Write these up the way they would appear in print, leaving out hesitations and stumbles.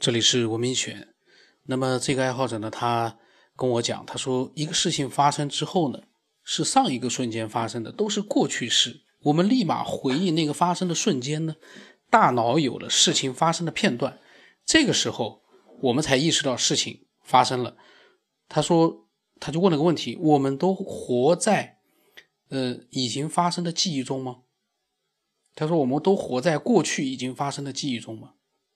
这里是文明犬。那么这个爱好者呢，他跟我讲，他说一个事情发生之后呢，是上一个瞬间发生的，都是过去式。我们立马回忆那个发生的瞬间呢，大脑有了事情发生的片段，这个时候我们才意识到事情发生了。他说，他就问了个问题，我们都活在已经发生的记忆中吗？他说我们都活在过去已经发生的记忆中吗？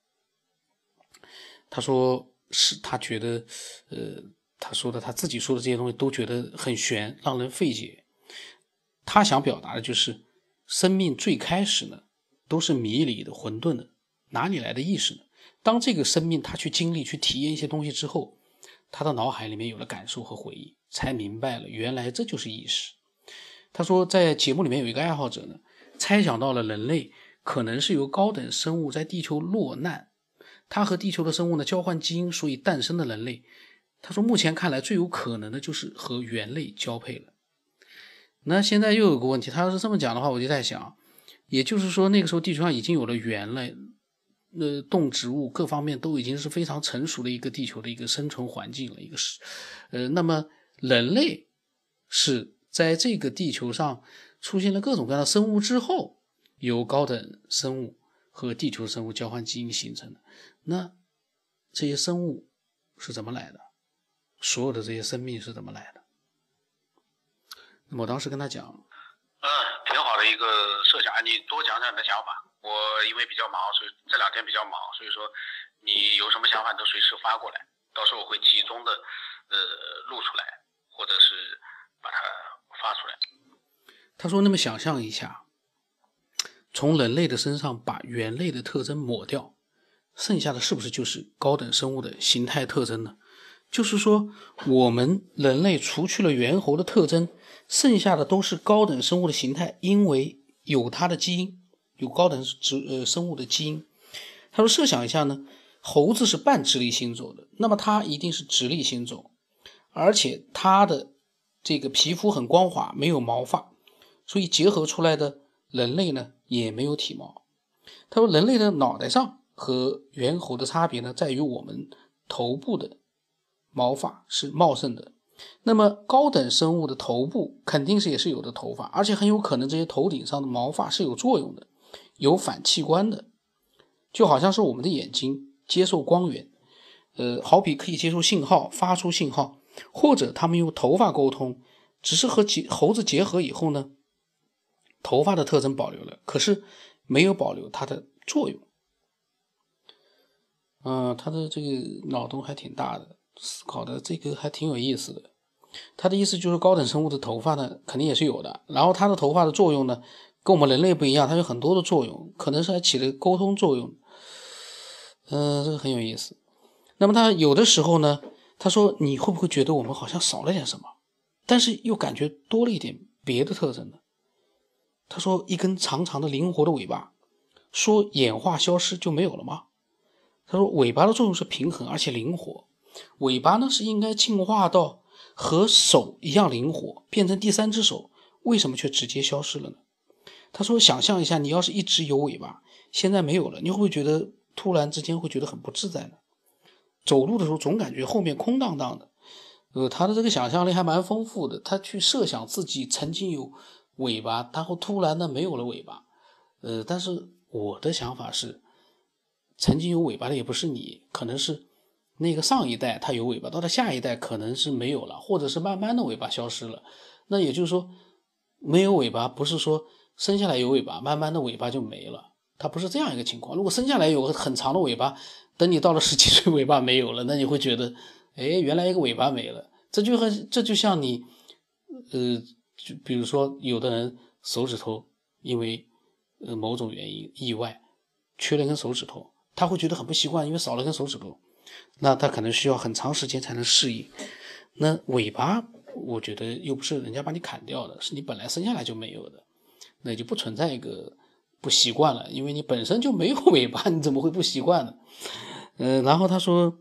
他说是，他觉得他自己说的这些东西都觉得很玄，让人费解。他想表达的就是生命最开始呢都是迷离的、混沌的，哪里来的意识呢？当这个生命他去经历去体验一些东西之后，他的脑海里面有了感受和回忆，才明白了原来这就是意识。他说在节目里面有一个爱好者呢，猜想到了人类可能是由高等生物在地球落难，他和地球的生物呢交换基因，所以诞生的人类。他说目前看来最有可能的就是和猿类交配了。那现在又有个问题，他要是这么讲的话，我就在想，也就是说那个时候地球上已经有了猿类，动植物各方面都已经是非常成熟的一个地球的一个生存环境了，那么人类是在这个地球上出现了各种各样的生物之后，由高等生物和地球生物交换基因形成的。那这些生物是怎么来的？所有的这些生命是怎么来的？那么我当时跟他讲， 挺好的一个设想，你多讲讲你的想法。我因为比较忙，所以这2天比较忙，所以说你有什么想法都随时发过来，到时候我会集中的录出来，或者是把它发出来。 他说那么想象一下，从人类的身上把猿类的特征抹掉，剩下的是不是就是高等生物的形态特征呢？就是说我们人类除去了猿猴的特征，剩下的都是高等生物的形态，因为有它的基因，有高等生物的基因。他说设想一下呢，猴子是半直立行走的，那么它一定是直立行走，而且它的这个皮肤很光滑，没有毛发，所以结合出来的人类呢也没有体毛。他说人类的脑袋上和猿猴的差别呢，在于我们头部的毛发是茂盛的，那么高等生物的头部肯定是也是有的头发，而且很有可能这些头顶上的毛发是有作用的，有反器官的，就好像是我们的眼睛接受光源，好比可以接受信号，发出信号，或者他们用头发沟通，只是和猴子结合以后呢，头发的特征保留了，可是没有保留它的作用。他的这个脑洞还挺大的，思考的这个还挺有意思的。他的意思就是高等生物的头发呢肯定也是有的，然后它的头发的作用呢跟我们人类不一样，它有很多的作用，可能是还起了沟通作用。这个很有意思。那么他有的时候呢，他说你会不会觉得我们好像少了点什么，但是又感觉多了一点别的特征呢？他说一根长长的灵活的尾巴，说演化消失就没有了吗？他说尾巴的作用是平衡而且灵活，尾巴呢是应该进化到和手一样灵活，变成第3只手，为什么却直接消失了呢？他说想象一下，你要是一直有尾巴，现在没有了，你会不会觉得突然之间会觉得很不自在呢？走路的时候总感觉后面空荡荡的。他的这个想象力还蛮丰富的，他去设想自己曾经有尾巴，然后突然呢没有了尾巴。但是我的想法是，曾经有尾巴的也不是你，可能是那个上一代它有尾巴，到了下一代可能是没有了，或者是慢慢的尾巴消失了。那也就是说没有尾巴不是说生下来有尾巴，慢慢的尾巴就没了，它不是这样一个情况。如果生下来有个很长的尾巴，等你到了10几岁尾巴没有了，那你会觉得原来一个尾巴没了。这就像你就比如说有的人手指头因为某种原因意外缺了一根手指头，他会觉得很不习惯，因为少了根手指头，那他可能需要很长时间才能适应。那尾巴我觉得又不是人家把你砍掉的，是你本来生下来就没有的，那就不存在一个不习惯了，因为你本身就没有尾巴，你怎么会不习惯呢？然后他说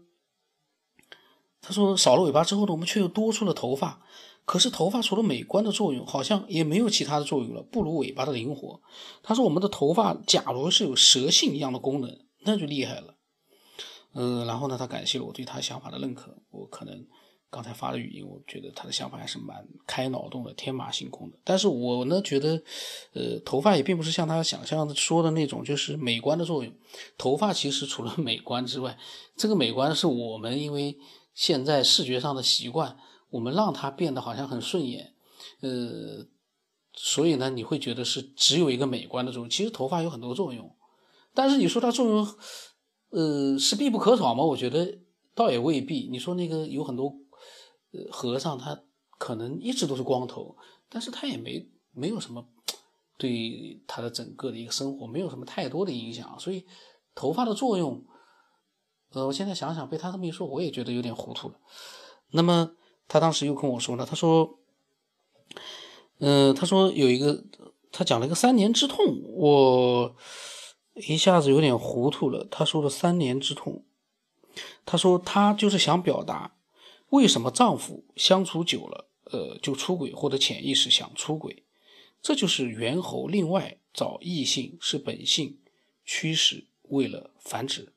少了尾巴之后呢，我们却又多出了头发，可是头发除了美观的作用，好像也没有其他的作用了，不如尾巴的灵活。他说我们的头发假如是有蛇性一样的功能，那就厉害了。 然后呢，他感谢了我对他想法的认可。我可能刚才发的语音，我觉得他的想法还是蛮开脑洞的，天马行空的。但是我呢觉得，头发也并不是像他想象的说的那种就是美观的作用。头发其实除了美观之外，这个美观是我们因为现在视觉上的习惯，我们让它变得好像很顺眼，所以呢，你会觉得是只有一个美观的作用。其实头发有很多作用，但是你说它作用，是必不可少吗？我觉得倒也未必。你说那个有很多和尚，他可能一直都是光头，但是他也没有什么对他的整个的一个生活没有什么太多的影响。所以头发的作用，我现在想想被他这么一说，我也觉得有点糊涂了。那么他当时又跟我说呢，他说有一个，他讲了一个3年之痛，我一下子有点糊涂了。他说的3年之痛，他说他就是想表达为什么丈夫相处久了，就出轨或者潜意识想出轨，这就是猿猴另外找异性是本性驱使为了繁殖。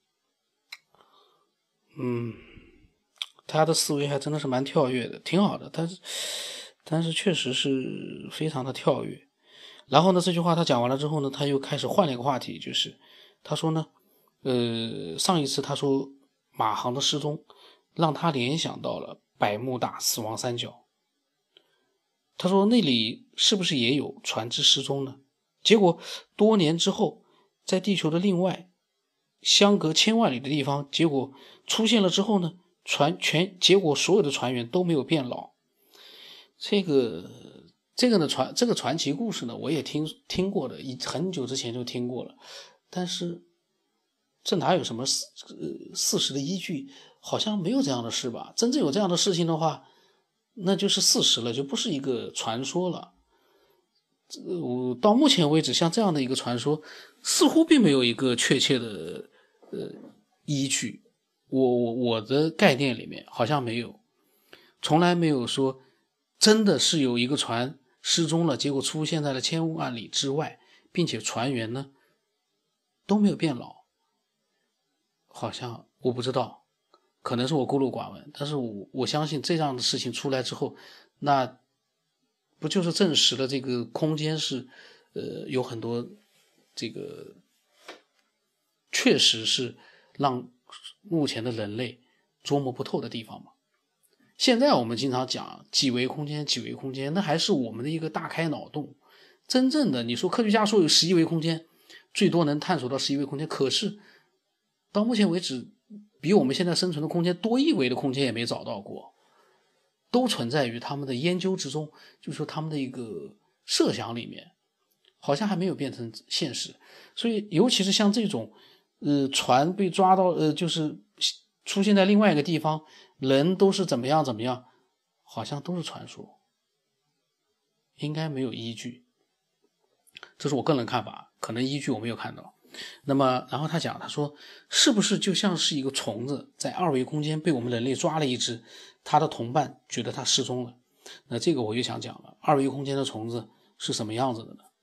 他的思维还真的是蛮跳跃的，挺好的，但是确实是非常的跳跃。然后呢，这句话他讲完了之后呢，他又开始换了一个话题，就是他说呢，上一次他说马航的失踪让他联想到了百慕大死亡三角，他说那里是不是也有船只失踪呢？结果多年之后，在地球的另外相隔千万里的地方，结果出现了之后呢，结果所有的船员都没有变老。这个传奇故事呢，我也听过的，很久之前就听过了，但是这哪有什么事实的依据？好像没有这样的事吧？真正有这样的事情的话，那就是事实了，就不是一个传说了。到目前为止，像这样的一个传说，似乎并没有一个确切的依据。我的概念里面好像没有，从来没有说真的是有一个船失踪了，结果出现在了千万里之外，并且船员呢都没有变老。好像我不知道，可能是我孤陋寡闻，但是我相信这样的事情出来之后，那不就是证实了这个空间是有很多这个确实是让目前的人类捉摸不透的地方吗？现在我们经常讲几维空间，那还是我们的一个大开脑洞。真正的你说科学家说有11维空间，最多能探索到11维空间，可是到目前为止比我们现在生存的空间多1维的空间也没找到过，都存在于他们的研究之中，就是说他们的一个设想里面，好像还没有变成现实。所以尤其是像这种船被抓到就是出现在另外一个地方，人都是怎么样，好像都是传说，应该没有依据。这是我个人看法，可能依据我没有看到。那么然后他说是不是就像是一个虫子在2维空间被我们人类抓了一只，他的同伴觉得他失踪了。那这个我就想讲了，2维空间的虫子是什么样子的呢？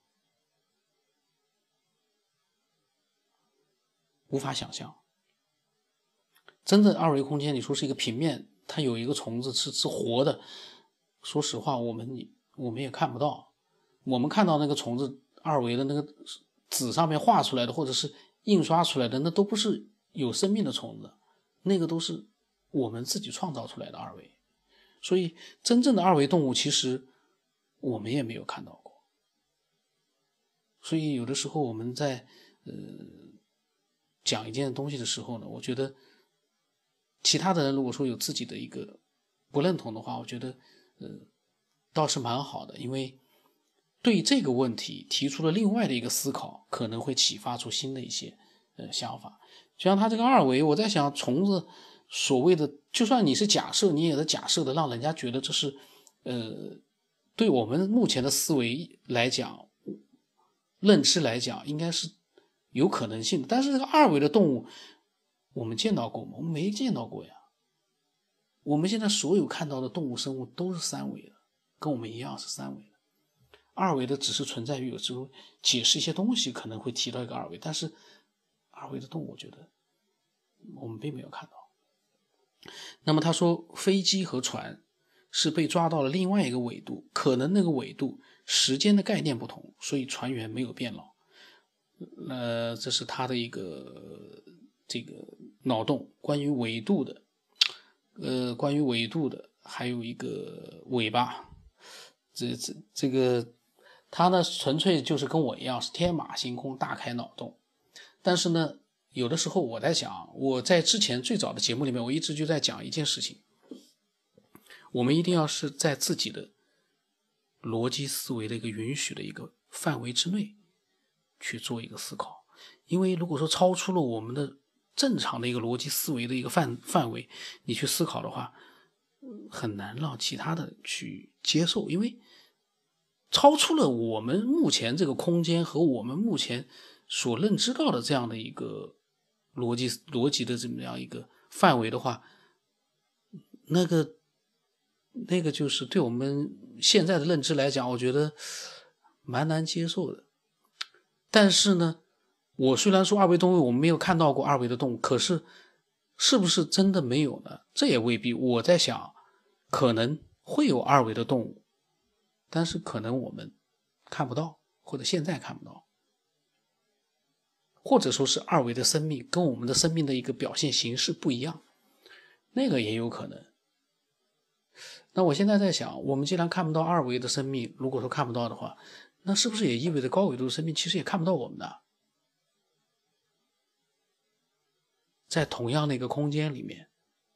无法想象。真正2维空间，你说是一个平面，它有一个虫子是活的，说实话我们也看不到。我们看到那个虫子2维的那个纸上面画出来的，或者是印刷出来的，那都不是有生命的虫子，那个都是我们自己创造出来的2维。所以真正的2维动物其实我们也没有看到过。所以有的时候我们在讲一件东西的时候呢，我觉得其他的人如果说有自己的一个不认同的话，我觉得倒是蛮好的，因为对这个问题提出了另外的一个思考，可能会启发出新的一些想法。就像他这个2维，我在想虫子所谓的，就算你是假设，你也是假设的让人家觉得这是对我们目前的思维来讲，认知来讲应该是有可能性的。但是这个2维的动物我们见到过吗？我们没见到过呀。我们现在所有看到的动物生物都是3维的，跟我们一样是3维的。2维的只是存在于有时候解释一些东西可能会提到一个2维，但是2维的动物我觉得我们并没有看到。那么他说飞机和船是被抓到了另外一个纬度，可能那个纬度时间的概念不同，所以船员没有变老。这是他的一个这个脑洞，关于纬度的，还有一个尾巴，这个他呢纯粹就是跟我一样是天马行空，大开脑洞。但是呢，有的时候我在想，我在之前最早的节目里面，我一直就在讲一件事情，我们一定要是在自己的逻辑思维的一个允许的一个范围之内去做一个思考。因为如果说超出了我们的正常的一个逻辑思维的一个范围，你去思考的话，很难让其他的去接受，因为超出了我们目前这个空间和我们目前所认知到的这样的一个逻辑的这么样一个范围的话，那个就是对我们现在的认知来讲，我觉得蛮难接受的。但是呢，我虽然说二维动物我们没有看到过二维的动物，可是是不是真的没有呢？这也未必。我在想，可能会有二维的动物，但是可能我们看不到，或者现在看不到，或者说是二维的生命跟我们的生命的一个表现形式不一样，那个也有可能。那我现在在想，我们既然看不到二维的生命，如果说看不到的话，那是不是也意味着高维度的生命其实也看不到我们的？在同样的一个空间里面，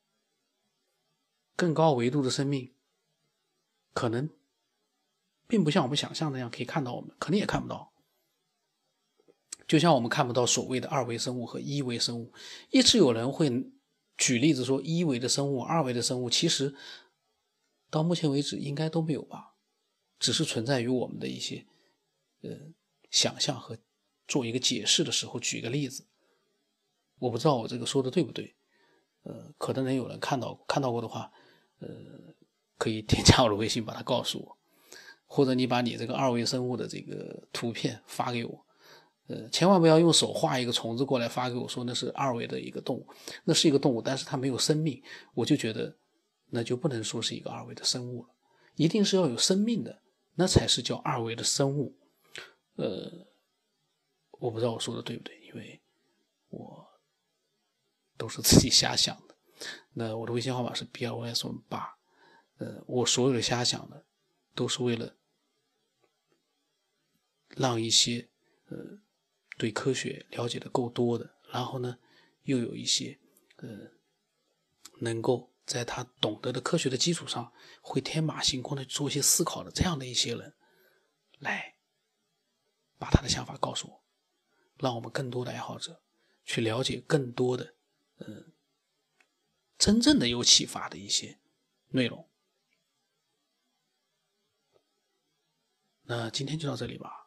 更高维度的生命可能并不像我们想象那样可以看到我们，可能也看不到。就像我们看不到所谓的二维生物和一维生物，一直有人会举例子说一维的生物、二维的生物，其实到目前为止应该都没有吧，只是存在于我们的一些想象和做一个解释的时候举个例子。我不知道我这个说的对不对，可能有人看到过的话，可以添加我的微信把它告诉我，或者你把你这个二维生物的这个图片发给我，千万不要用手画一个虫子过来发给我说那是二维的一个动物，那是一个动物，但是它没有生命，我就觉得那就不能说是一个二维的生物了，一定是要有生命的，那才是叫二维的生物。我不知道我说的对不对，因为我都是自己瞎想的。那我的微信号码是 BLS8，我所有的瞎想的都是为了让一些对科学了解的够多的，然后呢又有一些能够在他懂得的科学的基础上会天马行空的做一些思考的这样的一些人，来把他的想法告诉我，让我们更多的爱好者去了解更多的真正的有启发的一些内容。那今天就到这里吧。